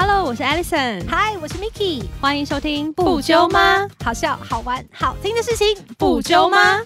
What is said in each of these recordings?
Hello， 我是 Allison。 嗨，我是 Miki。 欢迎收听不揪吗？ 好笑、好玩、好听的事情， 不揪吗？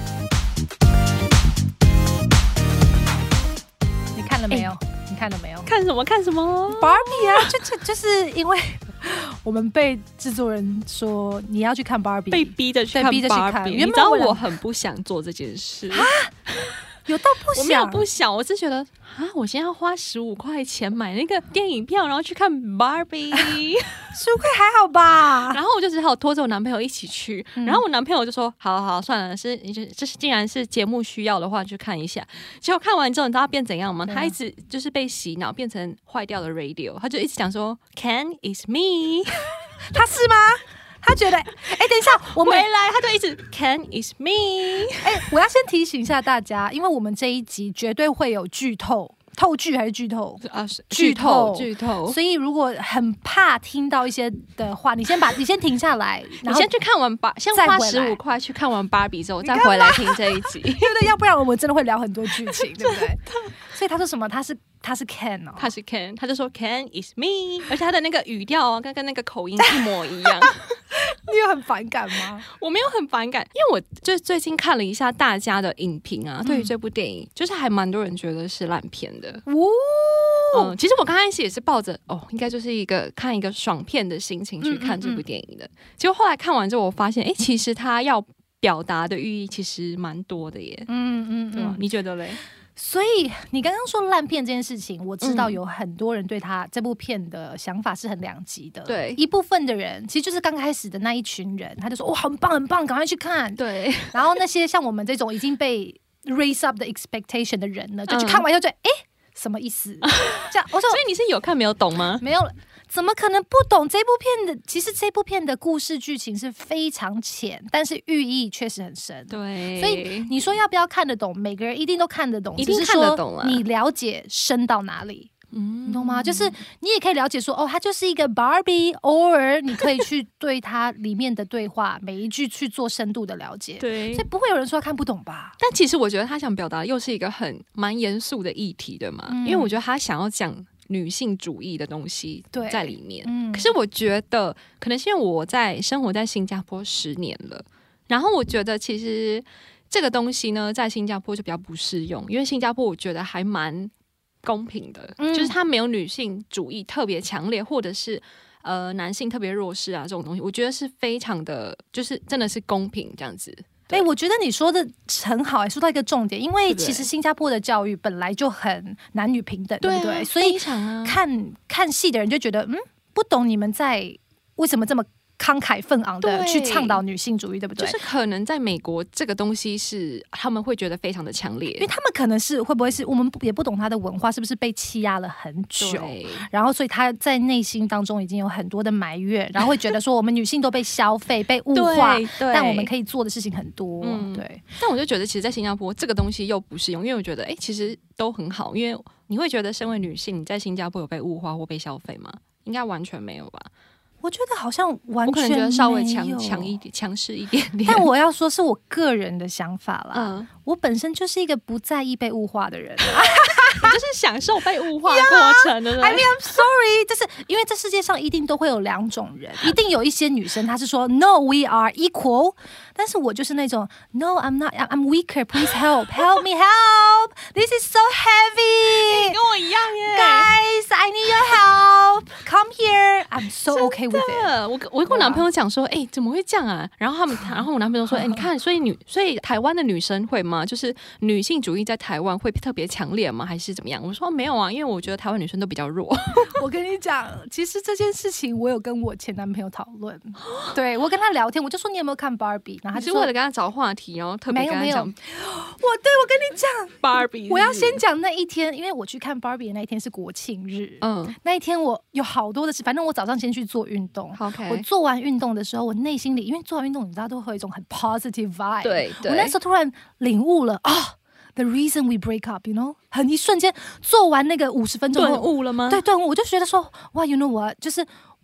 你看了没有？你看了没有？ 看什么？看什么 ？Barbie 啊，就是因为我们被制作人说你要去看 Barbie， 被逼着去看 Barbie。你知道我很不想做这件事啊。 有到不想？ 我没有不想，我是觉得啊，我现在要花15块钱买那个电影票，然后去看 Barbie， 15 块还好吧？ 然后我就只好拖着我男朋友一起去，然后我男朋友就说：“好，算了，这既然是节目需要的话，就看一下。”结果看完之后，你知道他变怎样吗？他一直就是被洗脑，变成坏掉的 radio， 他就一直讲说 ：“Ken is me。” 他是吗？他觉得，等一下，我回来他就一直 Ken is me。 我要先提醒一下大家，因为我们这一集绝对会有剧透。透剧还是剧透啊？剧透。 所以如果很怕听到一些的话，你先停下来， 你先去看完先花15块去看完芭比之后，再回来听这一集，对不对？要不然我们真的会聊很多剧情，对不对？所以他说什么？他是 Ken 哦， 他是 Ken， 他就说 Ken is me， 而且他的那个语调跟那个口音一模一样。 你有很反感吗？ 我没有很反感，因为我就最近看了一下大家的影评啊，对于这部电影，就是还蛮多人觉得是烂片的。其实我刚开始也是抱着应该就是看一个爽片的心情去看这部电影的。结果后来看完之后，我发现，其实他要表达的寓意其实蛮多的耶。对吧？你觉得嘞？ 所以你刚刚说烂片这件事情，我知道有很多人对他这部片的想法是很两极的。 对， 一部分的人其实就是刚开始的那一群人，他就说很棒很棒，赶快去看。 对， 然后那些像我们这种已经被 raise up 的 expectation 的人呢，就去看完以后就什么意思？这样我说， 所以你是有看没有懂吗？ 没有了。怎么可能不懂这部片的？其实这部片的故事剧情是非常浅，但是寓意确实很深。 对， 所以你说要不要看得懂？每个人一定都看得懂， 一定看得懂啊。你了解深到哪里？你懂吗？就是你也可以了解说，它就是一个 Barbie， 偶尔你可以去对它里面的对话每一句去做深度的了解。 对， 所以不会有人说看不懂吧？ 但其实我觉得他想表达的又是一个蛮严肃的议题的嘛，因为我觉得他想要讲女性主义的东西在里面。可是我觉得可能是因为我生活在新加坡10年了，然后我觉得其实这个东西呢在新加坡就比较不适用，因为新加坡我觉得还蛮公平的，就是它没有女性主义特别强烈，或者是男性特别弱势啊这种东西，我觉得是非常的，就是真的是公平这样子。 我觉得你说的很好，说到一个重点，因为其实新加坡的教育本来就很男女平等，对不对？所以看戏的人就觉得不懂你们在为什么这么慷慨奋昂的去倡导女性主义，对不对？ 就是可能在美国这个东西是他们会觉得非常的强烈， 因为他们可能是会不会是我们也不懂他的文化是不是被欺压了很久，然后所以他在内心当中已经有很多的埋怨，然后会觉得说我们女性都被消费被物化，但我们可以做的事情很多。对， 但我就觉得其实在新加坡这个东西又不适用，因为我觉得其实都很好，因为你会觉得身为女性你在新加坡有被物化或被消费吗？应该完全没有吧。 我觉得好像完全没有，我可能觉得稍微强势一点点， 但我要说是我个人的想法啦。我本身就是一个不在意被物化的人， 你就是享受被物化的过程的。 I mean, I'm sorry， 就是因为这世界上一定都会有2种人，一定有一些女生她是说 No, we are equal， 但是我就是那种 No, I'm not, I'm weaker. Please help me help. This is so heavy. 跟我一样耶 ，Guys, I need your help. Come here. I'm so okay with it. 我跟我男朋友讲说，怎么会这样啊？然后我男朋友说，你看，所以台湾的女生会吗？就是女性主义在台湾会特别强烈吗？还是怎么样？我说没有啊，因为我觉得台湾女生都比较弱。 我跟你讲，其实这件事情我有跟我前男朋友讨论，对我跟他聊天，我就说你有没有看 Barbie？ 然后他就说你是为了跟他找话题，然后特别跟他讲。 我跟你讲 Barbie， 我要先讲那一天，因为我去看 Barbie 的那一天是国庆日，那一天我有好多的事，反正我早上先去做运动，我做完运动的时候，我内心里因为做完运动，你知道都会有一种很 positive vibe， 对， 我那时候突然领悟了The reason we break up, you know， 很一瞬间做完那个50分钟顿悟了吗？ 对，顿悟，我就觉得说，哇 ，you know what， 就是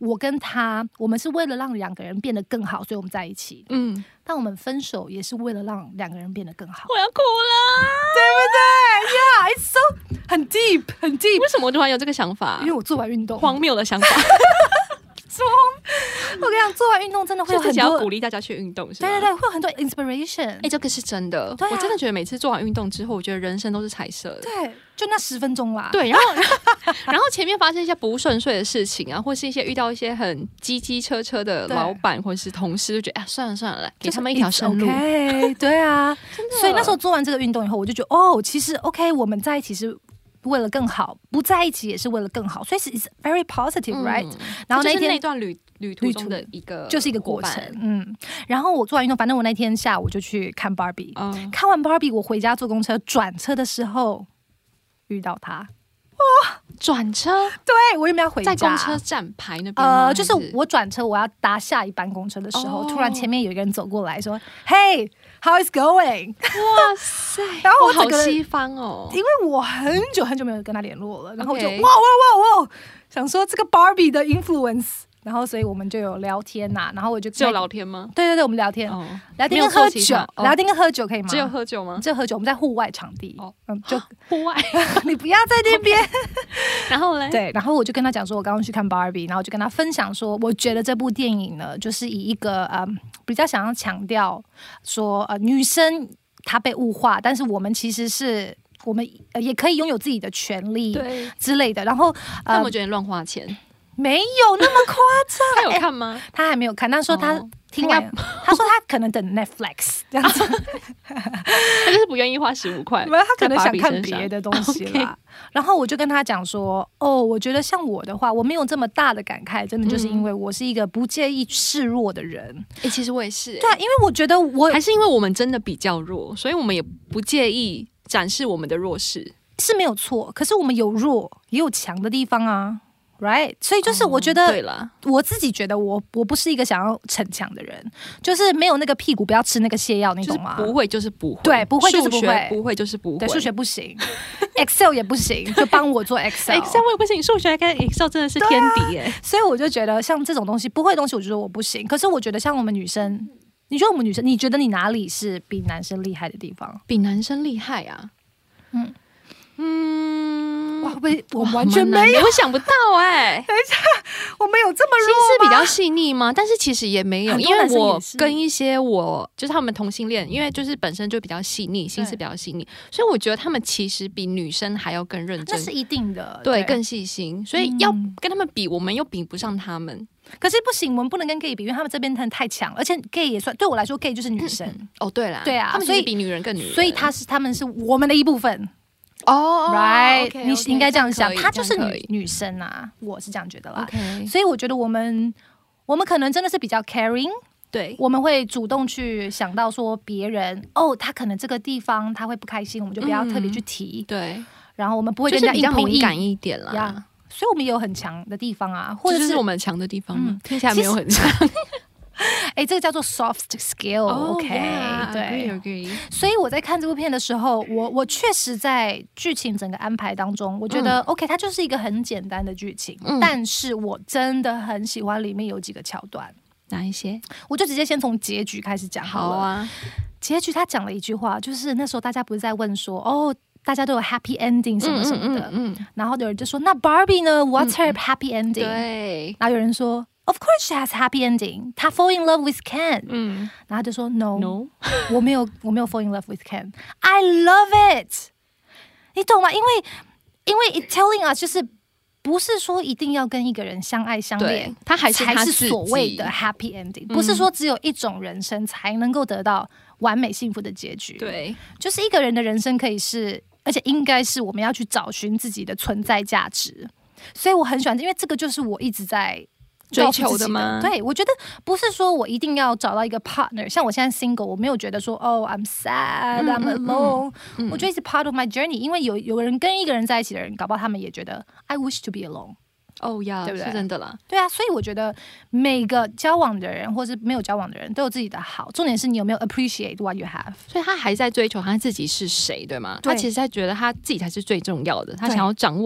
我跟他，我们是为了让2个人变得更好，所以我们在一起。但我们分手也是为了让2个人变得更好。 我要哭了， 对不对 ？Yeah, it's so 很 deep， 很 deep。 为什么我突然有这个想法？ 因为我做完运动， 荒谬的想法。 我跟你讲，做完运动真的会有很多， 要鼓励大家去运动，是吧？ 对对对，会有很多 inspiration。 这个是真的。我真的觉得每次做完运动之后，我觉得人生都是彩色的。 对，就那10分钟啦。 对，然后前面发生一些不顺遂的事情啊，或是一些遇到一些很机车的老板或者是同事，就觉得算了，来给他们一条生路。 对啊，所以那时候做完这个运动以后，我就觉得其实 OK， 我们在一起是为了更好，不在一起也是为了更好，所以是 very positive， right？然后那段旅途中的一个就是一个过程，然后我做完运动，反正我那天下午就去看 Barbie，看完 Barbie， 我回家坐公车转车的时候遇到他， 转车， 对我有没有回家？ 在公车站牌那边就是我转车，我要搭下一班公车的时候，突然前面有一个人走过来说 ：“Hey，how is going？” 哇塞！ 然后我好西方哦， 因为我很久没有跟他联络了，然后我就哇，想说这个 Barbie 的 influence。然后，所以我们就有聊天呐，然后我就只有聊天吗？ 对，我们聊天，聊天跟喝酒，聊天跟喝酒可以吗？ 只有喝酒吗？ 只有喝酒，我们在户外场地，就户外， 你不要在那边。 然后嘞， 对，然后我就跟他讲说，我刚刚去看 Barbie， 然后我就跟他分享说，我觉得这部电影呢，就是以一个比较想要强调说，女生她被物化，但是我们其实是。我们也可以拥有自己的权利之类的，然后但我觉得乱花钱。 没有那么夸张。 他有看吗？ 他还没有看。他说他听完，他说他可能等 Netflix 这样子， 他就是不愿意花15块。 没有，他可能想看别的东西啦。然后我就跟他讲说，我觉得像我的话，我没有这么大的感慨，真的就是因为我是一个不介意示弱的人。 其实我也是。 对啊，因为我觉得还是因为我们真的比较弱，所以我们也不介意展示我们的弱势， 是没有错。可是我们有弱也有强的地方啊。Right， 所以就是我觉得， 对了， 我自己觉得我不是一个想要逞强的人，就是没有那个屁股不要吃那个泻药，你懂吗？ 不会就是不会， 对，不会就是不会， 不会就是不会， 对，数学不行，Excel 也不行，就帮我做 Excel，Excel 我也不行，数学跟 Excel 真的是天敌耶。 所以我就觉得像这种东西，不会的东西，我觉得我不行。可是我觉得像我们女生，你觉得我们女生，你觉得你哪里是比男生厉害的地方？ 比男生厉害啊？ 哇，我完全没有， 我想不到等一下，我没有这么弱吗？ 心思比较细腻吗？但是其实也没有，因为我跟一些就是他们同性恋，因为就是本身就比较细腻，心思比较细腻，所以我觉得他们其实比女生还要更认真， 那是一定的， 对，更细心，所以要跟他们比，我们又比不上他们。 可是不行，我们不能跟 gay 比，因为他们这边太强，而且 gay 也算对我来说 gay 就是女生。 对啦， 对啊， 他们其实比女人更女人， 所以他们是我们的一部分。 right， 你应该这样想，她就是女生啊，我是这样觉得啦。所以我觉得我们可能真的是比较 caring， 对， 我们会主动去想到说别人他可能这个地方他会不开心，我们就不要特别去提。 对， 然后我们不会跟人家比较敏感一点啦。 所以我们也有很强的地方啊，或者是我们强的地方吗？听起来没有很强。 这个叫做 soft skill，OK，对。所以我在看这部片的时候，我确实在剧情整个安排当中，我觉得 OK， 它就是一个很简单的剧情，但是我真的很喜欢里面有几个桥段。 哪一些？ 我就直接先从结局开始讲好了。 好啊。 结局他讲了一句话，就是那时候大家不是在问说，大家都有 happy ending 什么什么的，然后有人就说，那 Barbie 呢？What's her happy ending？ 对。 然后有人说，Of course she has happy ending. 她 fall in love with Ken. 然后他就说 No， 我没有 fall in love with Ken. I love it. 你懂吗？因为 it telling us 就是不是说一定要跟一个人相爱相恋， 他还是所谓的 happy ending，不是说只有一种人生才能够得到完美幸福的结局。 对， 就是一个人的人生可以是，而且应该是我们要去找寻自己的存在价值。所以我很喜欢，因为这个就是我一直在追求的吗？ 对，我觉得不是说我一定要找到一个 partner， 像我现在 single， 我没有觉得说I'm sad, I'm alone，我觉得是 part of my journey， 因为有人跟一个人在一起的人，搞不好他们也觉得 I wish to be alone。对不对？ 是真的啦。 对啊，所以我觉得每个交往的人或是没有交往的人都有自己的好，重点是你有没有 appreciate what you have。 所以他还在追求他自己是谁，对吗？他其实在觉得他自己才是最重要的，他想要掌握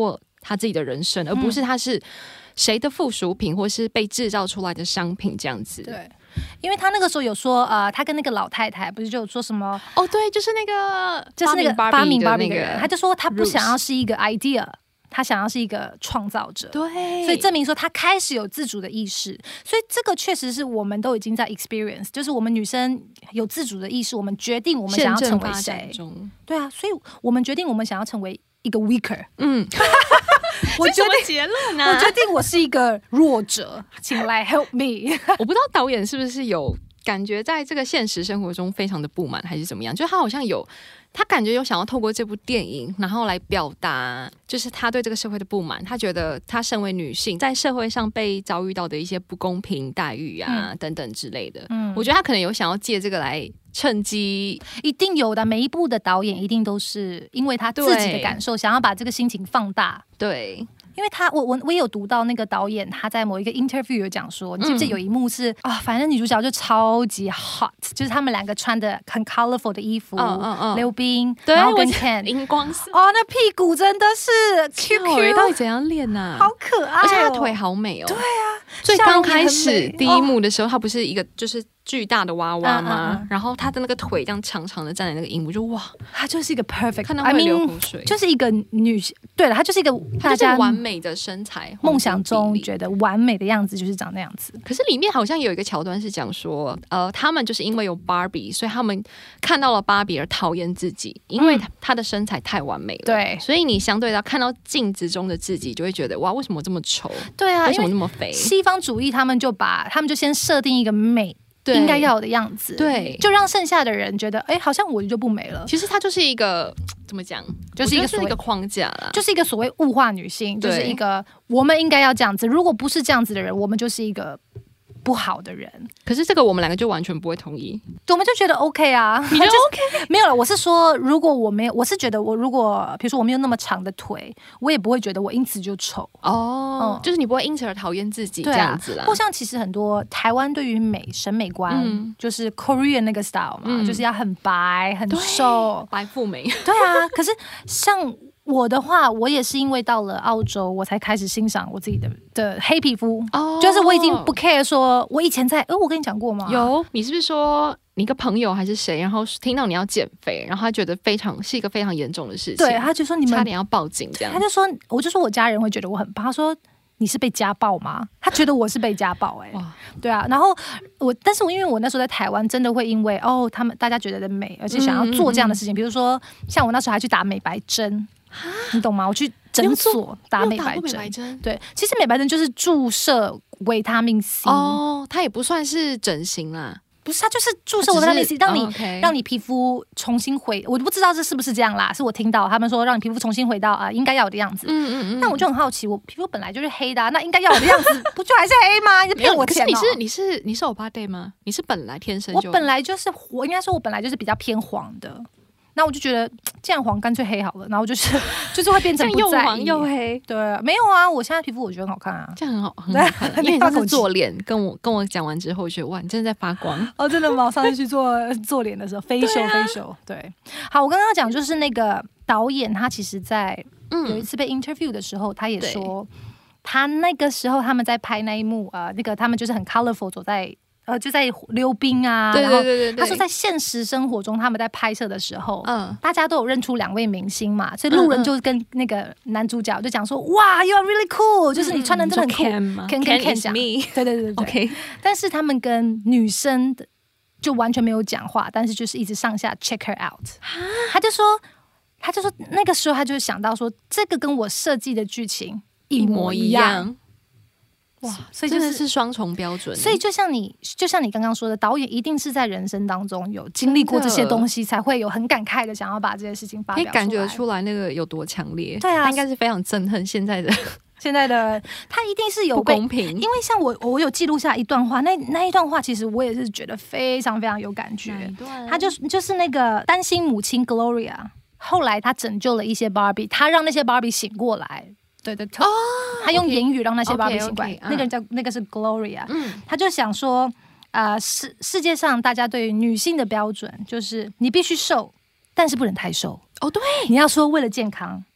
他自己的人生，而不是他是谁的附属品或是被制造出来的商品这样子。 对，因为他那个时候有说，他跟那个老太太不是就有说什么？ 哦，对，就是那个发明 Barbie 的人，他就说他不想要是一个 idea。他想要是一个创造者， 对， 所以证明说他开始有自主的意识，所以这个确实是我们都已经在 experience， 就是我们女生有自主的意识，我们决定我们想要成为谁，对啊，所以我们决定我们想要成为一个 weaker， 我决定结论啊， 我决定我是一个弱者，请来 help me。 我不知道导演是不是有感觉在这个现实生活中非常的不满，还是怎么样？就他好像有。他感觉有想要透过这部电影，然后来表达，就是他对这个社会的不满。他觉得他身为女性，在社会上被遭遇到的一些不公平待遇啊，等等之类的。我觉得他可能有想要借这个来趁机， 一定有的。每一部的导演一定都是因为他自己的感受，想要把这个心情放大。 对。 因为我也有读到那个导演他在某一个 interview 有讲说，你记不记得有一幕是反正女主角就超级 hot， 就是他们两个穿的很 colorful 的衣服，溜冰，然后跟 Ken 荧光色， 那屁股真的是 QQ， 到底怎样练啊？ 好可爱， 而且他腿好美哦。 对啊， 最刚开始第一幕的时候，他不是一个就是巨大的娃娃吗？然后他的那个腿这样长长的站在那个荧幕，就哇， 他就是一个 perfect， 看到会流口水， 就是一个女性。对了，他就是一个大家完美的身材， 梦想中觉得完美的样子就是长那样子。 可是里面好像有一个桥段是讲说，他们就是因为有 Barbie， 所以他们看到了芭比而讨厌自己，因为她的身材太完美了。对，所以你相对到看到镜子中的自己，就会觉得哇，为什么这么丑？ 对啊， 为什么那么肥？ 西方主义他们就先设定一个美。应该要有的样子， 对， 就让剩下的人觉得，好像我就不美了。 其实它就是一个怎么讲，就是一个框架啦， 就是一个所谓物化女性，就是一个我们应该要这样子，如果不是这样子的人，我们就是一个不好的人。 可是这个我们两个就完全不会同意， 我们就觉得 OK 啊， 你就 OK 没有了。我是说，如果我没有，我是觉得我如果比如说我没有那么长的腿，我也不会觉得我因此就丑就是你不会因此而讨厌自己这样子啦。 或像其实很多台湾对于审美观，就是 Korean 那个 style 嘛，就是要很白很瘦， 白富美。 对啊，可是像我的话，我也是因为到了澳洲，我才开始欣赏我自己的黑皮肤。就是我已经不 care 说，我以前我跟你讲过吗？ 有，你是不是说你一个朋友还是谁，然后听到你要减肥，然后他觉得是一个非常严重的事情， 对，他就说你们差点要报警这样。 他就说，我就说我家人会觉得我很胖，他说你是被家暴吗？他觉得我是被家暴对啊。然后但是因为我那时候在台湾，真的会因为他们大家觉得的美，而且想要做这样的事情，比如说像我那时候还去打美白针。你懂吗？我去诊所打美白针，对，其实美白针就是注射维他命 C 它也不算是整形啦， 不是，它就是注射维他命 C， 让你皮肤重新我不知道这是不是这样啦，是我听到他们说让你皮肤重新回到应该要有的样子。但我就很好奇，我皮肤本来就是黑的那应该要有的样子不就还是黑吗？你是骗我钱？ 可是你是欧巴 day 吗？你是本来天生就？ 我本来就是应该说我本来就是比较偏黄的。那我就觉得这样黄干脆黑好了，然后就是会变成不在意， 又黄又黑。 对，没有啊，我现在皮肤我觉得很好看啊， 这样很好看。因为你是做脸，跟我讲完之后，我觉得哇，你真的在发光真的吗？我上次去做脸的时候，飞秀，对。好，我刚刚讲就是那个导演，他其实在有一次被 interview 的时候，他也说，他那个时候他们在拍那一幕那个他们就是很 colorful 走在。就在溜冰啊， 对。 他说在现实生活中，他们在拍摄的时候，大家都有认出2位明星嘛，所以路人就跟那个男主角就讲说，哇 ，You are really cool，就是你穿的真的很酷 ，Ken 讲，对 ，OK。但是他们跟女生的就完全没有讲话，但是就是一直上下 check her out。他就说那个时候他就想到说，这个跟我设计的剧情一模一样。 哇，所以真的是双重标准。 所以就像你刚刚说的，导演一定是在人生当中有经历过这些东西，才会有很感慨的想要把这些事情发表出来， 可以感觉出来那个有多强烈。 对啊， 他应该是非常憎恨现在的， 他一定是有不公平。 因为像我有记录下一段话，那一段话其实我也是觉得非常非常有感觉。他就是那个担心母亲 Gloria， 后来他拯救了一些 Barbie， 他让那些 Barbie 醒过来。对，他用言语让那些 Barbie 醒过来。那个是 Gloria，他就想说，世界上大家对于女性的标准就是你必须瘦，但是不能太瘦。 对， 你要说为了健康，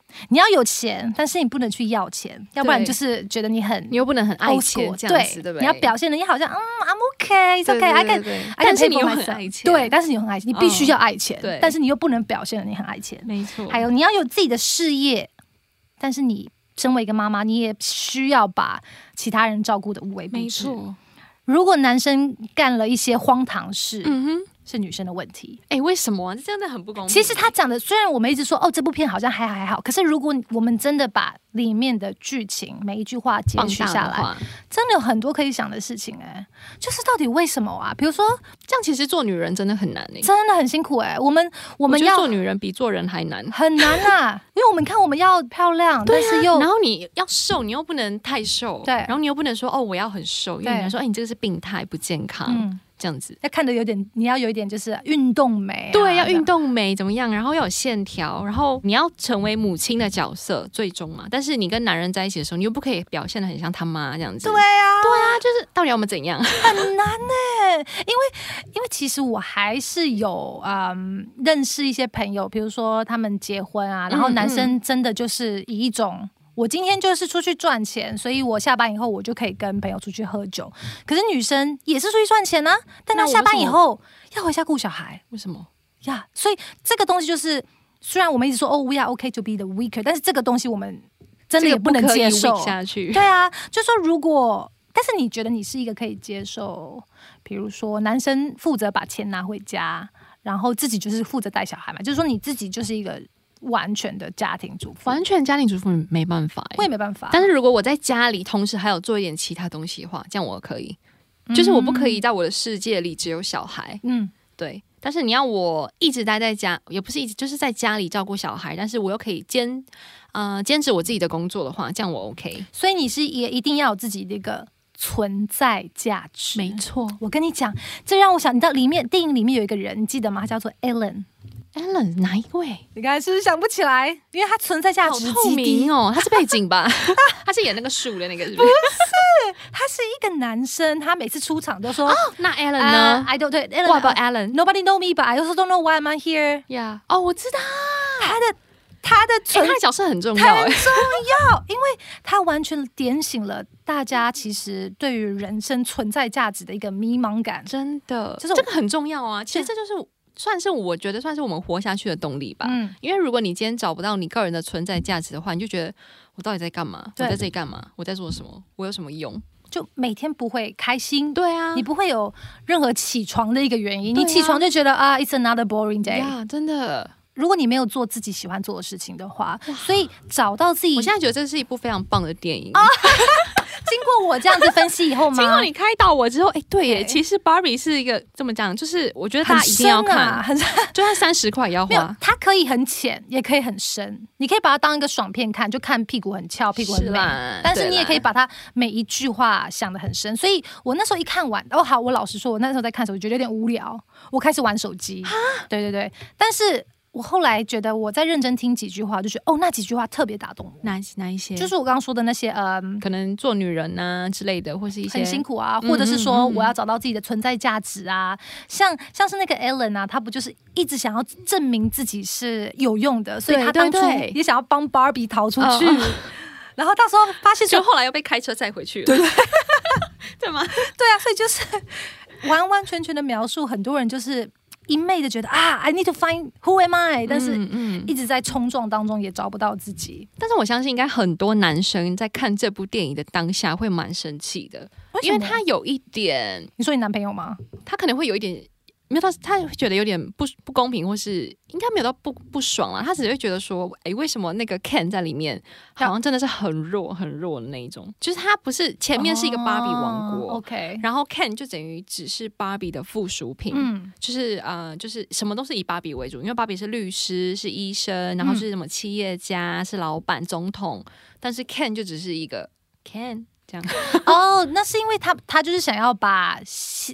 你要有钱，但是你不能去要钱，要不然就是觉得你又不能很爱钱这样子，对不对？ 你要表现的你好像I'm okay, it's okay, I can， 但是你又很爱钱， 对，但是你又很爱钱，你必须要爱钱，但是你又不能表现的你很爱钱， 没错。 还有你要有自己的事业，但是你身为一个妈妈，你也需要把其他人照顾的无微不至。 没错。 如果男生干了一些荒唐事，是女生的问题。 为什么这真的很不公平？ 其实他讲的，虽然我们一直说这部片好像还好，可是如果我们真的把里面的剧情每一句话截取下来，真的有很多可以想的事情。就是到底为什么啊？比如说， 这样其实做女人真的很难真的很辛苦。我们要做女人比做人还难， 很难啊！因为我们看我们要漂亮，但是又然后你要瘦，你又不能太瘦， 对， 然后你又不能说我要很瘦，因为人家说你这个是病态不健康。这样子要看得有点，你要有一点就是运动美， 对，要运动美怎么样？然后要有线条，然后你要成为母亲的角色，最终嘛。但是你跟男人在一起的时候，你又不可以表现得很像他妈这样子。 对啊， 就是到底要我们怎样？ 很难因为其实我还是有认识一些朋友，比如说他们结婚啊，然后男生真的就是以一种。我今天就是出去赚钱，所以我下班以后我就可以跟朋友出去喝酒。可是女生也是出去赚钱啊，但她下班以后要回家顾小孩， 为什么呀？所以这个东西就是，虽然我们一直说we are okay to be the weaker， 但是这个东西我们真的也不能接受下去。 对啊，就说如果，但是你觉得你是一个可以接受，比如说男生负责把钱拿回家，然后自己就是负责带小孩嘛，就是说你自己就是一个。完全的家庭主妇， 完全家庭主妇没办法， 我也没办法。 但是如果我在家里同时还有做一点其他东西的话，这样我可以。就是我不可以在我的世界里只有小孩，对。但是你要我一直待在家，也不是一直，就是在家里照顾小孩，但是我又可以坚持我自己的工作的话，这样我 OK。 所以你是也一定要有自己的一个存在价值， 没错。 我跟你讲，这让我想，你知道电影里面有一个人，你记得吗？他叫做 Ellen。 哪一位？ 你刚才是不是想不起来？因为他存在价值透明他是背景吧？他是演那个树的那个是不是？ 不是，他是一个男生，他每次出场都说那 Alan 呢 ？I don't 对 Alan。What about Alan? Nobody know me, but I also don't know why I'm here. Yeah. 我知道他的角色很重要， 很重要，因为他完全点醒了大家其实对于人生存在价值的一个迷茫感， 真的，就是这个很重要啊。其实这就是。我觉得算是我们活下去的动力吧。因为如果你今天找不到你个人的存在价值的话，你就觉得我到底在干嘛？我在这里干嘛？我在做什么？我有什么用？ 就每天不会开心。 对啊， 你不会有任何起床的一个原因。你起床就觉得it's another boring day。 真的。 如果你没有做自己喜欢做的事情的话，所以找到自己， 我现在觉得这是一部非常棒的电影。 经过我这样子分析以后吗？ 经过你开导我之后，对耶，其实 Barbie 是一个这么讲，就是我觉得大家一定要看，就算30块也要花。 它可以很浅，也可以很深，你可以把它当一个爽片看，就看屁股很翘，屁股很美。但是你也可以把它每一句话想得很深。所以我那时候一看完，好，我老实说，我那时候在看的时候，我觉得有点无聊，我开始玩手机。对，但是。我后来觉得我在认真听几句话，就觉得那几句话特别打动我。 哪一些？ 就是我刚刚说的那些可能做女人啊之类的，或是一些很辛苦啊，或者是说我要找到自己的存在价值啊。像是那个 Ellen 啊，他不就是一直想要证明自己是有用的，所以他当初也想要帮 Barbie 逃出去，然后到时候发现就后来又被开车载回去了，对吗？ 对啊，所以就是完完全全的描述，很多人就是。一昧的觉得I need to find who am I， 但是一直在冲撞当中也找不到自己。 但是我相信应该很多男生在看这部电影的当下会蛮生气的，因为他有一点， 你说你男朋友吗？ 他可能会有一点。没有他会觉得有点不公平，或是应该没有到不爽啦。他只会觉得说，为什么那个 Ken 在里面好像真的是很弱的那一种？就是他不是前面是一个芭比王国 ，OK， 然后 Ken 就等于只是芭比的附属品，就是什么都是以芭比为主，因为芭比是律师、是医生，然后是什么企业家、是老板、总统，但是 Ken 就只是一个 Ken 这样。 那是因为他就是想要把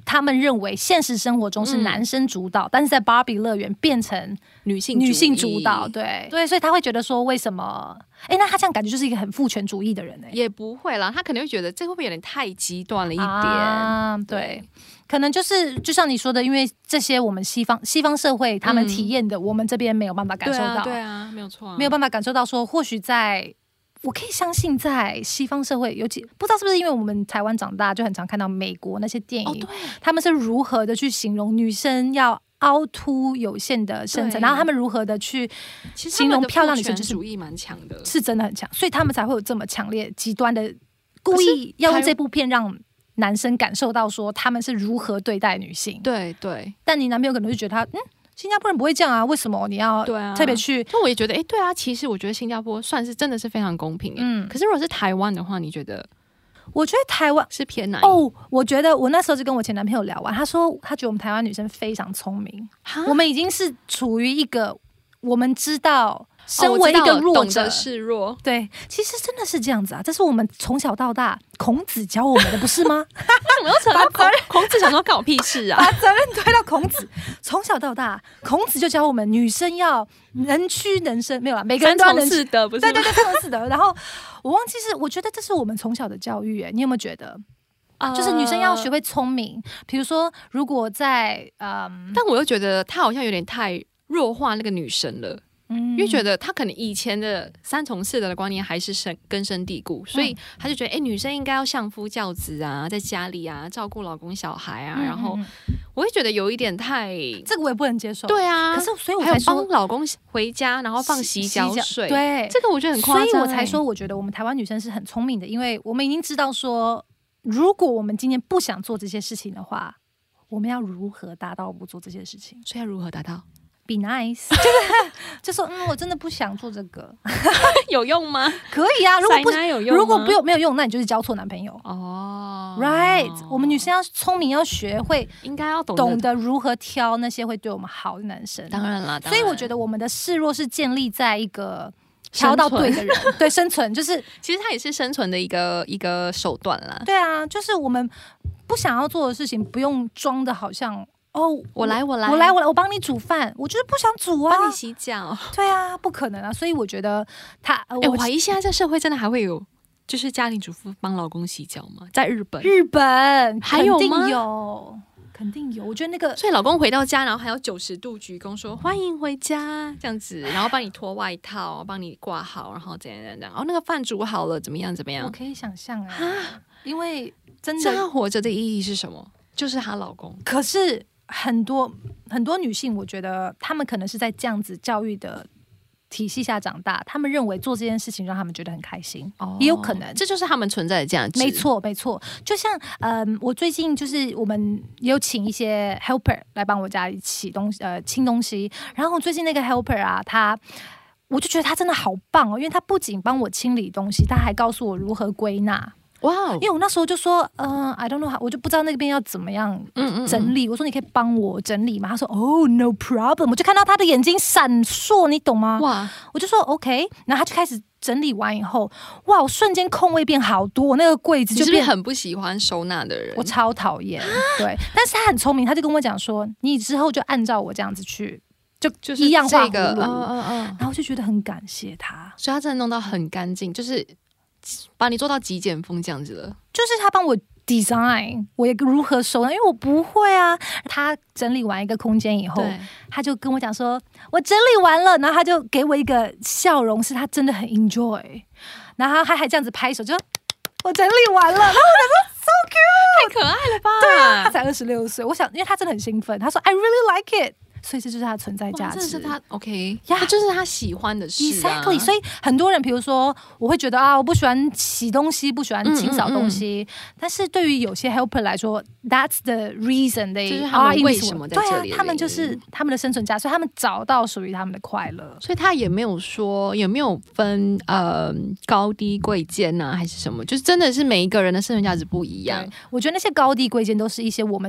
他们认为现实生活中是男生主导，但是在芭比乐园变成女性主导。对，所以他会觉得说，为什么？那他这样感觉就是一个很父权主义的人。 也不会啦，他可能会觉得这会不会有点太极端了一点？ 对，可能就是就像你说的，因为这些我们西方社会他们体验的，我们这边没有办法感受到。 对啊，没有错， 没有办法感受到说，或许我可以相信，在西方社会，不知道是不是因为我们台湾长大，就很常看到美国那些电影，他们是如何的去形容女生要凹凸有限的身材，然后他们如何的去形容漂亮女生，就是主义蛮强的， 是真的很强，所以他们才会有这么强烈极端的，故意要用这部片让男生感受到说他们是如何对待女性。 对， 但你男朋友可能就觉得他新加坡人不会这样啊，为什么你要特别去？ 就我也觉得，对啊，其实我觉得新加坡算是真的是非常公平。可是如果是台湾的话，你觉得？ 我觉得台湾是偏哪？ 我觉得我那时候就跟我前男朋友聊完，他说他觉得我们台湾女生非常聪明，我们已经是处于一个我们知道。身为一个弱者， 懂得示弱。 对，其实真的是这样子啊，这是我们从小到大孔子教我们的，不是吗？ 怎么又扯到孔子想说干我屁事啊？ 把责任推到孔子。从小到大，孔子就教我们女生要能屈能伸，没有啦，每个人都要能三从四德，不是吗？ 对，三从四德。然后我忘记我觉得这是我们从小的教育，你有没有觉得？就是女生要学会聪明，比如说，如果在但我又觉得他好像有点太弱化那个女生了。因为觉得他可能以前的三从四德的观念还是根深蒂固，所以他就觉得女生应该要相夫教子啊，在家里啊照顾老公小孩啊，然后我会觉得有一点太， 这个我也不能接受。 对啊， 可是所以我才说帮老公回家然后放洗脚水， 对， 这个我觉得很夸张。 所以我才说我觉得我们台湾女生是很聪明的，因为我们已经知道说，如果我们今天不想做这些事情的话，我们要如何达到不做这些事情？ 所以要如何达到 ？Be nice， 就说我真的不想做这个， 有用吗？ 可以啊，如果没有用，那你就是交错男朋友哦。 Right， 我们女生要聪明，要学会， 应该要懂得如何挑那些会对我们好的男生。 当然啦， 所以我觉得我们的示弱是建立在一个挑到对的人，对生存，就是其实它也是生存的一个手段啦。 对啊，就是我们不想要做的事情，不用装的好像。我来，我帮你煮饭，我就是不想煮啊， 帮你洗脚。 对啊，不可能啊，所以我觉得我怀疑现在这社会真的还会有，就是家庭主妇帮老公洗脚吗？在日本还有吗？肯定有，我觉得那个， 所以老公回到家，然后还要90度鞠躬说欢迎回家这样子，然后帮你脱外套，帮你挂好，然后怎样，然后那个饭煮好了，怎么样？ 我可以想象因为真的， 她活着的意义是什么？就是她老公。 可是很多女性，我觉得她们可能是在这样子教育的体系下长大，她们认为做这件事情让她们觉得很开心，也有可能这就是她们存在的价值。 没错，就像我最近就是我们也有请一些 helper 来帮我家里清东西，然后最近那个 helper 啊，我就觉得他真的好棒哦，因为他不仅帮我清理东西，他还告诉我如何归纳。 哇！ 因为我那时候就说，I don't know， 我就不知道那边要怎么样整理。我说你可以帮我整理吗？他说no problem。我就看到他的眼睛闪烁，你懂吗？哇！我就说 OK， 然后他就开始整理完以后，哇！我瞬间空位变好多，那个柜子就变。 你是不是很不喜欢收纳的人？ 我超讨厌。对，但是他很聪明，他就跟我讲说，你之后就按照我这样子去。就是一样画葫芦，然后就觉得很感谢他， 所以他真的弄到很干净，就是把你做到极简风这样子了。 就是他帮我 design， 我也如何收纳，因为我不会啊。他整理完一个空间以后，他就跟我讲说，我整理完了，然后他就给我一个笑容，是他真的很 enjoy， 然后他还这样子拍手，就我整理完了，然后我想说 so cute， 太可爱了吧？ 对啊，他才26岁，我想，因为他真的很兴奋，他说 I really like it。所以这就是他的存在价值， 这是他 OK， 这就是他喜欢的事啊。 Exactly， 所以很多人，比如说，我会觉得我不喜欢洗东西，不喜欢清扫东西，但是对于有些 helper 来说 ，That's the reason they 就是他们为什么在这里？ 对啊，他们就是他们的生存价值，所以他们找到属于他们的快乐。 所以他也没有说有没有分高低贵贱啊，还是什么？就是真的是每一个人的生存价值不一样。 我觉得那些高低贵贱都是一些我们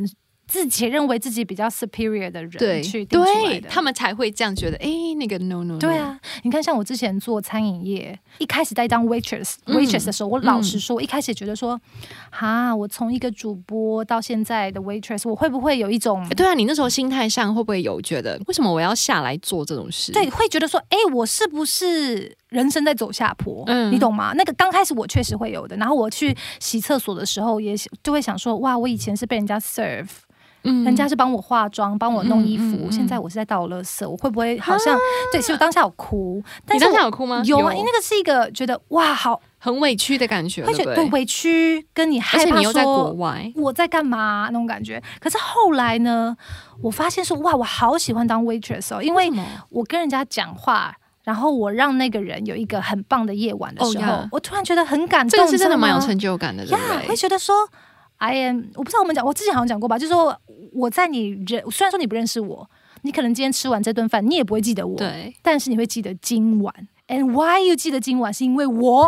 自己认为自己比较 superior 的人去定出来的， 他们才会这样觉得。那个 no， 对啊，你看像我之前做餐饮业，一开始在当 waitress 的时候，我老实说，我一开始觉得说，我从一个主播到现在的 waitress， 我会不会有一种对啊，你那时候心态上会不会有觉得，为什么我要下来做这种事？ 对，会觉得说，我是不是人生在走下坡？你懂吗？那个刚开始我确实会有的。然后我去洗厕所的时候，也就会想说，哇，我以前是被人家 serve。人家是帮我化妆，帮我弄衣服，现在我是在倒垃圾，我会不会好像对？其实我当下有哭，但是你当下有哭吗？ 有啊，因为那个是一个觉得哇，好很委屈的感觉， 会觉得对委屈，跟你害怕说， 而且你又在国外， 我在干嘛那种感觉。可是后来呢，我发现说哇，我好喜欢当 waitress 哦，因为我跟人家讲话。然后我让那个人有一个很棒的夜晚的时候，我突然觉得很感动， 这个是真的蛮有成就感的，对不对？ 会觉得说。我不知道我之前好像讲过吧，就是说我在虽然说你不认识我，你可能今天吃完这顿饭，你也不会记得我， 对， 但是你会記得今晚。And why you 記得今晚？是因为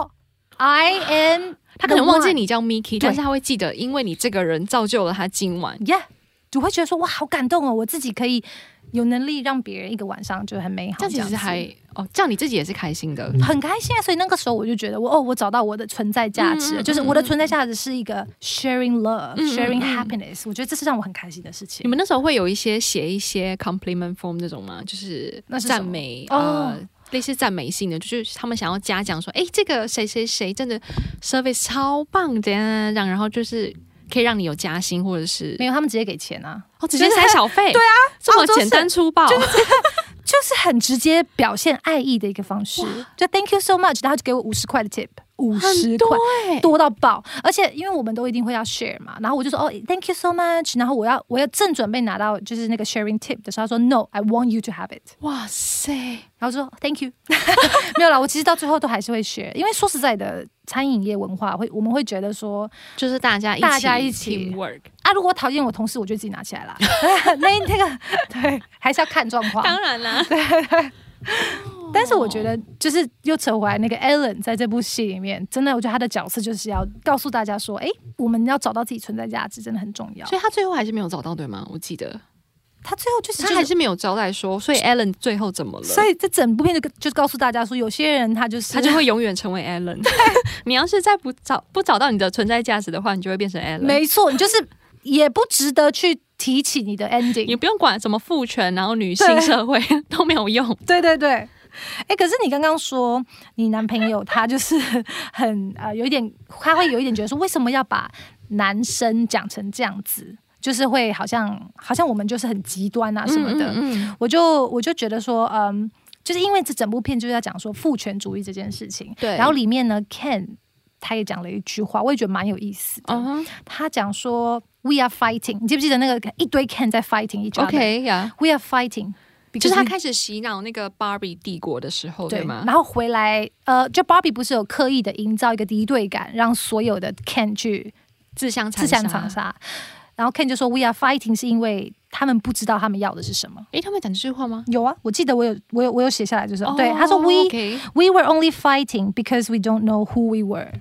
I am 他可能忘記你叫 Miki， 但是他会记得，因为你这个人造就了他今晚。 Yeah， 就会觉得说哇，好感动哦！我自己可以有能力让别人一个晚上就很美好， 这样其实这样你自己也是开心的， 很开心啊！所以那个时候我就觉得我找到我的存在价值，就是我的存在价值是一个 sharing love、sharing happiness。我觉得这是让我很开心的事情。 你们那时候会有写一些 compliment form 那种吗？就是赞美类似赞美性的，就是他们想要嘉奖说，这个谁谁谁真的 service 超棒的，然后就是可以让你有加薪，或者是没有，他们直接给钱啊， 直接塞小费， 对啊， 这么简单粗暴， 就是很直接表现爱意的一个方式，就 Thank you so much， 然后就给我50块的 tip，50块多到爆，而且因为我们都一定会要 share 嘛，然后我就说Thank you so much， 然后我要正准备拿到就是那个 sharing tip 的时候，他说 No， I want you to have it。 哇塞， 然后说 Thank you， 没有啦，我其实到最后都还是会 share， 因为说实在的，餐饮业文化我们会觉得说， 就是大家一起 teamwork 啊。如果我讨厌我同事，我就自己拿起来啦。那个对，还是要看状况。 当然啦， 对。但是我觉得，就是又扯回来那个 Ellen 在这部戏里面，真的，我觉得他的角色就是要告诉大家说，我们要找到自己存在价值，真的很重要。 所以他最后还是没有找到，对吗？我记得他最后他还是没有交代说，所以 Ellen 最后怎么了？ 所以这整部片就告诉大家说，有些人他就会永远成为 Ellen。你要是再不找到你的存在价值的话，你就会变成 Ellen。 没错，你就是也不值得去提起你的 ending， 你不用管什么父权，然后女性社会都没有用。 对对对。可是你刚刚说你男朋友他就是很有一点，他会有一点觉得说，为什么要把男生讲成这样子？就是会好像我们就是很极端啊什么的。我就觉得说，就是因为这整部片就是要讲说父权主义这件事情。对。然后里面呢 ，Ken 他也讲了一句话，我也觉得蛮有意思的。他讲说 ，We are fighting。你记不记得那个一堆 Ken 在 fighting each other？OK，We are fighting。 就是他开始洗脑那个 Barbie 帝国的时候，对吗？ 然后回来，就 Barbie 不是有刻意的营造一个敌对感，让所有的 Ken 去自相残杀。 然后 Ken 就说 We are fighting 是因为他们不知道他们要的是什么。 他们讲这句话吗？ 有啊，我记得我有写下来，就是对他说 We were only fighting because we don't know who we were。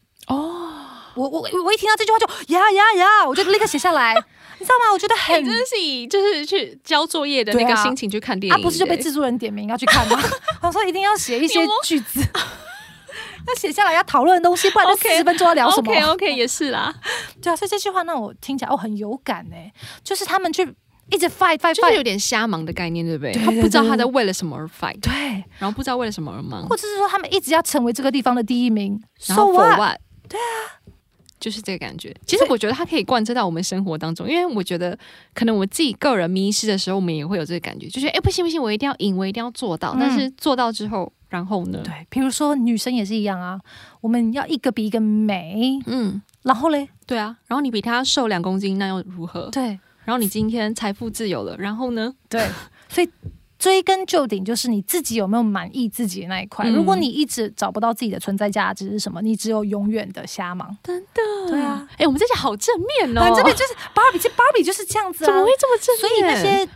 我一听到这句话就呀，我就立刻写下来。你知道吗？我觉得很真的是以就是去交作业的那个心情去看电影， 不是就被制作人点名要去看吗？我说一定要写一些句子，要写下来要讨论的东西，不然这40分钟要聊什么 ？OK 也是啦， 对啊，所以这句话让我听起来很有感就是他们去一直 fight， 就是有点瞎忙的概念，对不对？他不知道他在为了什么而 fight， 对， 然后不知道为了什么而忙， 或者是说他们一直要成为这个地方的第一名， 然后 for what？ 对啊。 就是这个感觉，其实我觉得它可以贯彻到我们生活当中，因为我觉得可能我自己个人迷失的时候，我们也会有这个感觉，就是不行，我一定要赢，我一定要做到，但是做到之后，然后呢？ 对，比如说女生也是一样啊，我们要一个比一个美，然后嘞， 对啊，然后你比她瘦2公斤，那又如何？ 对， 然后你今天财富自由了，然后呢？ 对，所以。追根究底，就是你自己有没有满意自己的那一块。如果你一直找不到自己的存在价值是什么，你只有永远的瞎忙。 真的， 对啊。 我们这些好正面哦， 很正面，就是 Barbie 就是这样子啊。 怎么会这么正面？ 所以那些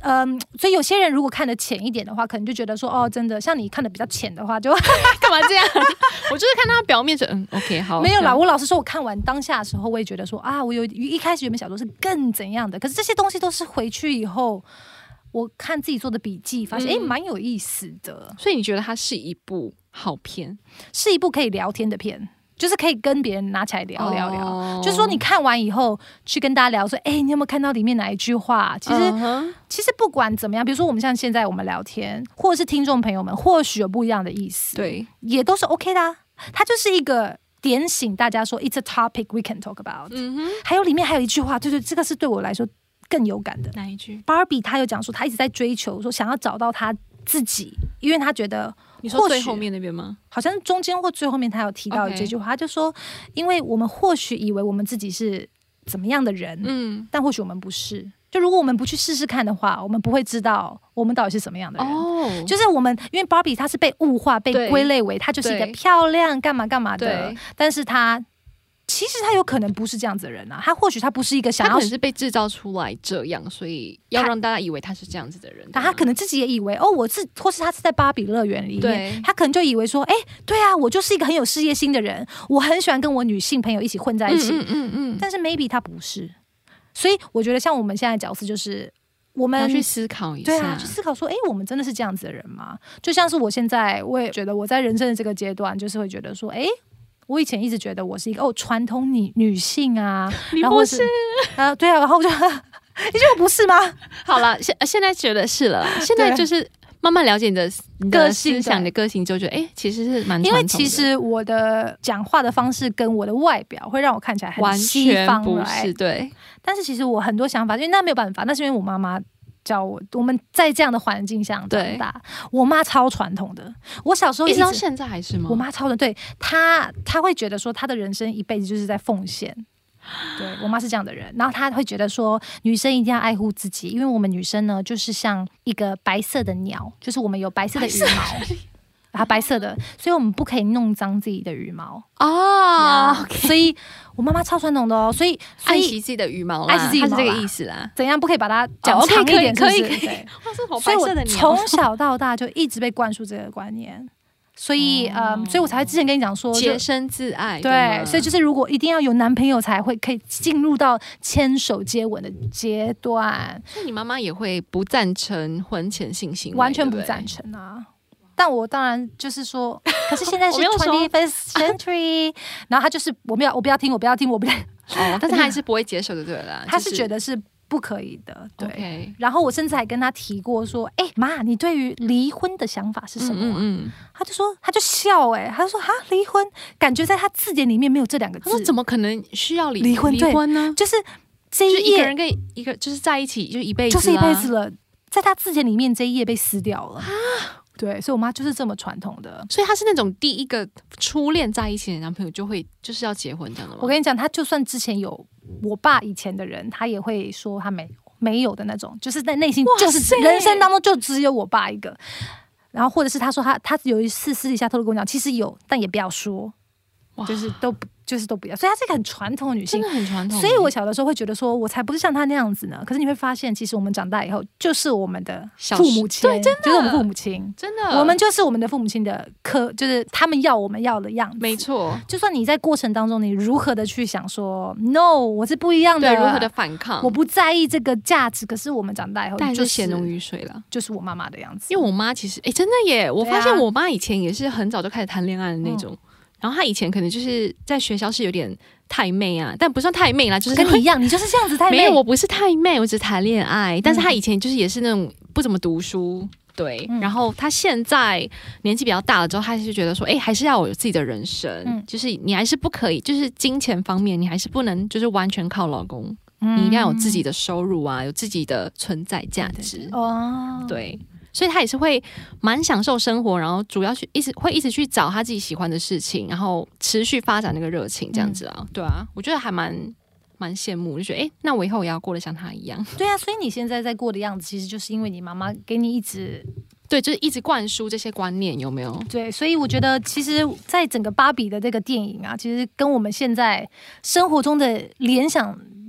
所以有些人如果看得浅一点的话，可能就觉得说哦，真的像你看得比较浅的话，就干嘛这样？我就是看他表面是OK 好， 没有啦。我老实说，我看完当下的时候，我也觉得说啊，我一开始原本想说是更怎样的，可是这些东西都是回去以后。我看自己做的笔记，发现蛮有意思的。 所以你觉得它是一部好片， 是一部可以聊天的片，就是可以跟别人拿起来聊聊聊。就是说你看完以后去跟大家聊说，你有没有看到里面哪一句话？其实不管怎么样，比如说我们像现在我们聊天，或者是听众朋友们或许有不一样的意思， 对， 也都是 OK 的啊。它就是一个点醒大家说 ，It's a topic we can talk about。还有里面还有一句话，就是这个是对我来说。更有感的哪一句 ？Barbie 他有讲说，他一直在追求，说想要找到他自己，因为他觉得， 你说最后面那边吗？ 好像中间或最后面他有提到这句话，他就说，因为我们或许以为我们自己是怎么样的人，但或许我们不是。就如果我们不去试试看的话，我们不会知道我们到底是什么样的人。就是我们，因为 Barbie 他是被物化、被归类为他就是一个漂亮干嘛干嘛的，但是其实他有可能不是这样子的人啊，他或许他不是一个想要， 他可能是被制造出来这样，所以要让大家以为他是这样子的人。 但他可能自己也以为或是他是在芭比乐园里面，他可能就以为说，对啊，我就是一个很有事业心的人，我很喜欢跟我女性朋友一起混在一起。但是 maybe 他不是，所以我觉得像我们现在的角色就是我们要去思考一下， 对啊，去思考说，我们真的是这样子的人吗？就像是我现在，我也觉得我在人生的这个阶段，就是会觉得说，我以前一直觉得我是一个传统女性啊， 你不是对啊，然后我就你觉得我不是吗？ 好了，现在觉得是了，现在就是慢慢了解你的个性、思想、你的个性，就觉得其实是蛮传统的。 因为其实我的讲话的方式跟我的外表会让我看起来很西方， 完全不是对。 但是其实我很多想法，因为那没有办法，那是因为我妈妈。教我们在这样的环境下长大，我妈超传统的。我小时候一直到现在还是吗？ 我妈超的，对她会觉得说，她的人生一辈子就是在奉献。对我妈是这样的人，然后她会觉得说，女生一定要爱护自己，因为我们女生呢，就是像一个白色的鸟，就是我们有白色的羽毛。它白色的，所以我们不可以弄脏自己的羽毛所以我妈妈超传统的哦，所以爱惜自己的羽毛啦， 爱惜自己羽毛是这个意思啦。 怎样不可以把它讲长一点？ 可以。 所以我从小到大就一直被灌输这个观念。所以我才之前跟你讲说， 洁身自爱。 对，所以就是如果一定要有男朋友才会可以进入到牵手接吻的阶段。 所以你妈妈也会不赞成婚前性行为， 完全不赞成啊。但我当然就是说，可是现在是 21st century， 然后他就是我不要听， 但是他还是不会接受的，对啦。 他是觉得是不可以的，对。Okay. 然后我甚至还跟他提过说，妈，你对于离婚的想法是什么？他就笑，他就说离婚，感觉在他字典里面没有这两个字。 他说怎么可能需要离婚呢？ 就是这一页， 一个人跟一个就是在一起就一辈子， 就是一辈子了，在他字典里面这一页被撕掉了。对，所以我妈就是这么传统的， 所以她是那种第一个初恋在一起的男朋友就是要结婚这样的吗？ 我跟你讲，她就算之前有我爸以前的人，她也会说她没有的那种，就是在内心就是人生当中就只有我爸一个。然后或者是她说她有一次私底下偷偷跟我讲，其实有，但也不要说，就是都不要，所以她是一个很传统的女性， 真的很传统。 所以我小的时候会觉得说，我才不是像她那样子呢。可是你会发现，其实我们长大以后，就是我们的父母亲， 对，真的就是我们父母亲， 真的， 我们就是我们的父母亲的就是他们要我们要的样子。 没错， 就算你在过程当中，你如何的去想说 ，no， 我是不一样的， 对，如何的反抗， 我不在意这个价值。可是我们长大以后， 就是血浓于水了， 就是我妈妈的样子。 因为我妈其实，真的耶，我发现我妈以前也是很早就开始谈恋爱的那种。然后她以前可能就是在学校是有点太妹啊，但不算太妹啦，就是跟你一样，你就是这样子太妹。 没有，我不是太妹，我只谈恋爱。但是她以前就是也是那种不怎么读书，对。然后她现在年纪比较大了之后，她就觉得说，还是要有自己的人生，就是你还是不可以，就是金钱方面你还是不能就是完全靠老公，你一定要有自己的收入啊，有自己的存在价值对。所以他也是会蛮享受生活，然后主要一直去找他自己喜欢的事情，然后持续发展那个热情，这样子啊，对啊，我觉得还蛮羡慕，就觉得那我以后也要过得像他一样。 对啊，所以你现在在过的样子，其实就是因为你妈妈给你就是一直灌输这些观念，有没有？ 对，所以我觉得其实在整个芭比的这个电影啊，其实跟我们现在生活中的联想。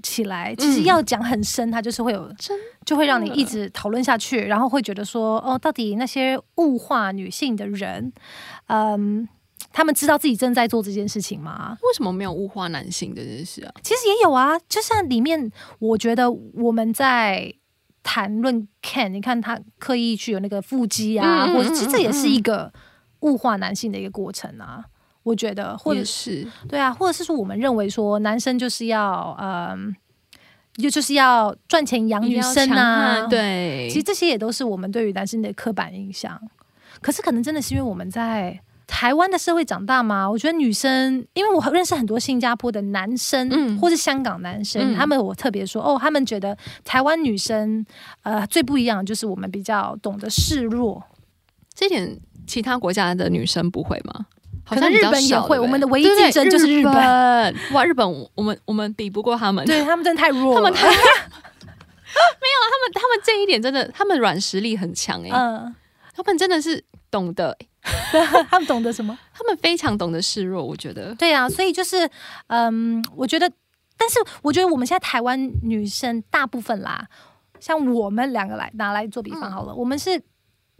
起来，其实要讲很深，它就是会有，就会让你一直讨论下去，然后会觉得说，哦，到底那些物化女性的人，他们知道自己正在做这件事情吗？ 为什么没有物化男性的这件事啊？ 其实也有啊，就像里面，我觉得我们在谈论 Ken， 你看他刻意去有那个腹肌啊，或者其实这也是一个物化男性的一个过程啊。我觉得，或者是对啊，或者是说我们认为说男生就是要就是要赚钱养女生啊， 对， 其实这些也都是我们对于男生的刻板印象。可是可能真的是因为我们在台湾的社会长大嘛，我觉得女生，因为我认识很多新加坡的男生，或是香港男生，他们我特别说，哦，他们觉得台湾女生最不一样的就是我们比较懂得示弱， 这点其他国家的女生不会吗？ 好像日本也会，我们的唯一竞争就是日本。 哇，日本我们比不过他们， 对他们真的太弱了，他们太没有他们这一点真的，他们软实力很强他们真的是懂得。 他们懂得什么？ 他们非常懂得示弱，我觉得。 对啊，所以就是我觉得，但是我觉得我们现在台湾女生大部分啦，像我们两个拿来做比方好了，我们是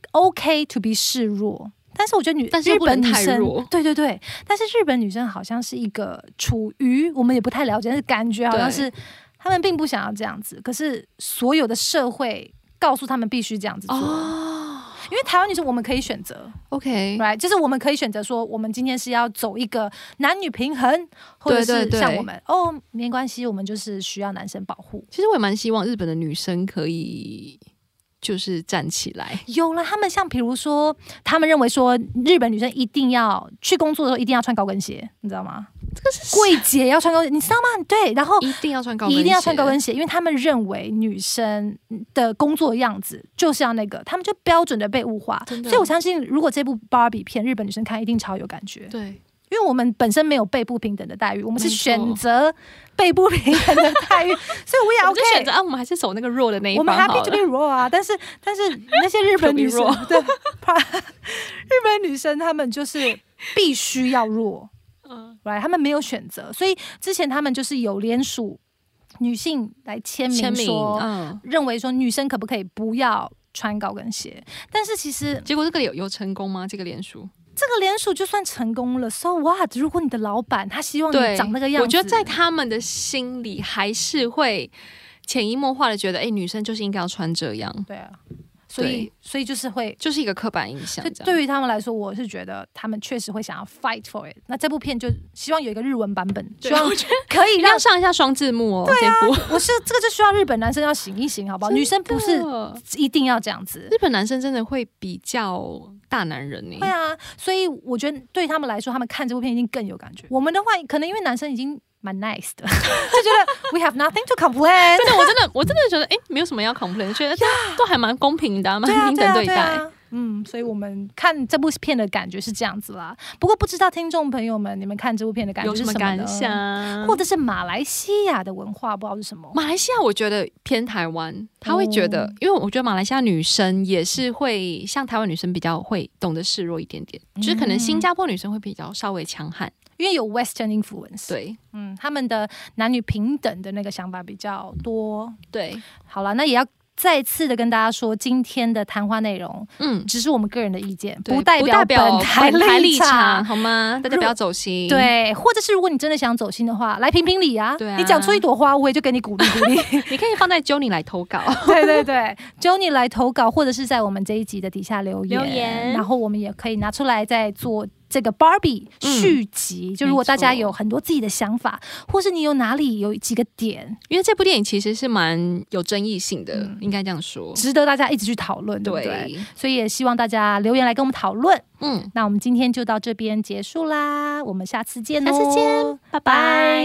OK to be 示弱，但是我觉得日本女生对对对，但是日本女生好像是一个处于我们也不太了解，但是感觉好像是他们并不想要这样子，可是所有的社会告诉他们必须这样子做。因为台湾女生我们可以选择 ，OK， right， 就是我们可以选择说，我们今天是要走一个男女平衡，或者是像我们没关系，我们就是需要男生保护。 其实我也蛮希望日本的女生可以就是站起来。 有了，他们像比如说，他们认为说日本女生一定要去工作的时候一定要穿高跟鞋，你知道吗？ 这个是柜姐要穿高跟鞋，你知道吗？对，然后一定要穿高跟鞋， 一定要穿高跟鞋，因为他们认为女生的工作样子就是要那个，他们就标准的被物化。所以我相信，如果这部芭比片日本女生看，一定超有感觉。 对， 因为我们本身没有被不平等的待遇，我们是选择被不平等的待遇，所以我也 OK 选择我们还是走那个弱的那一方， 我们 happy to be raw 啊。但是那些日本女生，对，日本女生她们就是必须要弱。right， 他们没有选择，所以之前他们就是有联署女性来签名说，认为说女生可不可以不要穿高跟鞋，但是其实结果这个有成功吗？这个联署就算成功了 ，so what？ 如果你的老板他希望你长那个样子， 我觉得在他们的心里还是会潜移默化的觉得，女生就是应该要穿这样。 对啊。所以就是一个刻板印象。 对于他们来说，我是觉得他们确实会想要 fight for it。那这部片就希望有一个日文版本，希望可以要上一下双字幕哦。 对啊，这个就需要日本男生要醒一醒，好不好？女生不是一定要这样子。 日本男生真的会比较大男人呢。 对啊，所以我觉得对他们来说，他们看这部片一定更有感觉。我们的话，可能因为男生已经蛮 nice 的，就觉得 we have nothing to complain。 我真的觉得，没有什么要 complain， 觉得都还蛮公平的，蛮平等对待。 所以我们看这部片的感觉是这样子啦。不过不知道听众朋友们，你们看这部片的感觉是什么呢？ 有什么感想？ 或者是马来西亚的文化，不知道是什么？ 马来西亚我觉得偏台湾，他会觉得，因为我觉得马来西亚女生也是会像台湾女生比较会懂得示弱一点点，就是可能新加坡女生会比较稍微强悍。 因为有 Western influence， 对， 他们的男女平等的那个想法比较多。 对， 好了，那也要再次的跟大家说，今天的谈话内容，只是我们个人的意见，不代表本台立场， 好吗？大家不要走心。 对，或者是如果你真的想走心的话，来评评理啊！你讲出一朵花，我也就给你鼓励鼓励。 你可以放在 Johnny 来投稿， 对 ，Johnny 来投稿，或者是在我们这一集的底下留言，然后我们也可以拿出来再做这个 Barbie 续集。就如果大家有很多自己的想法，或是你有哪里有几个点， 因为这部电影其实是蛮有争议性的，应该这样说， 值得大家一直去讨论，对不对？所以也希望大家留言来跟我们讨论。那我们今天就到这边结束啦，我们下次见喽！ 下次见，拜拜。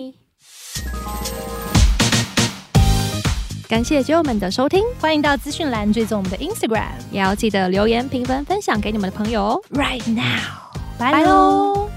感谢酒友们的收听， 欢迎到资讯栏追踪我们的 Instagram， 也要记得留言、评分、分享给你们的朋友哦。 Right now，拜喽。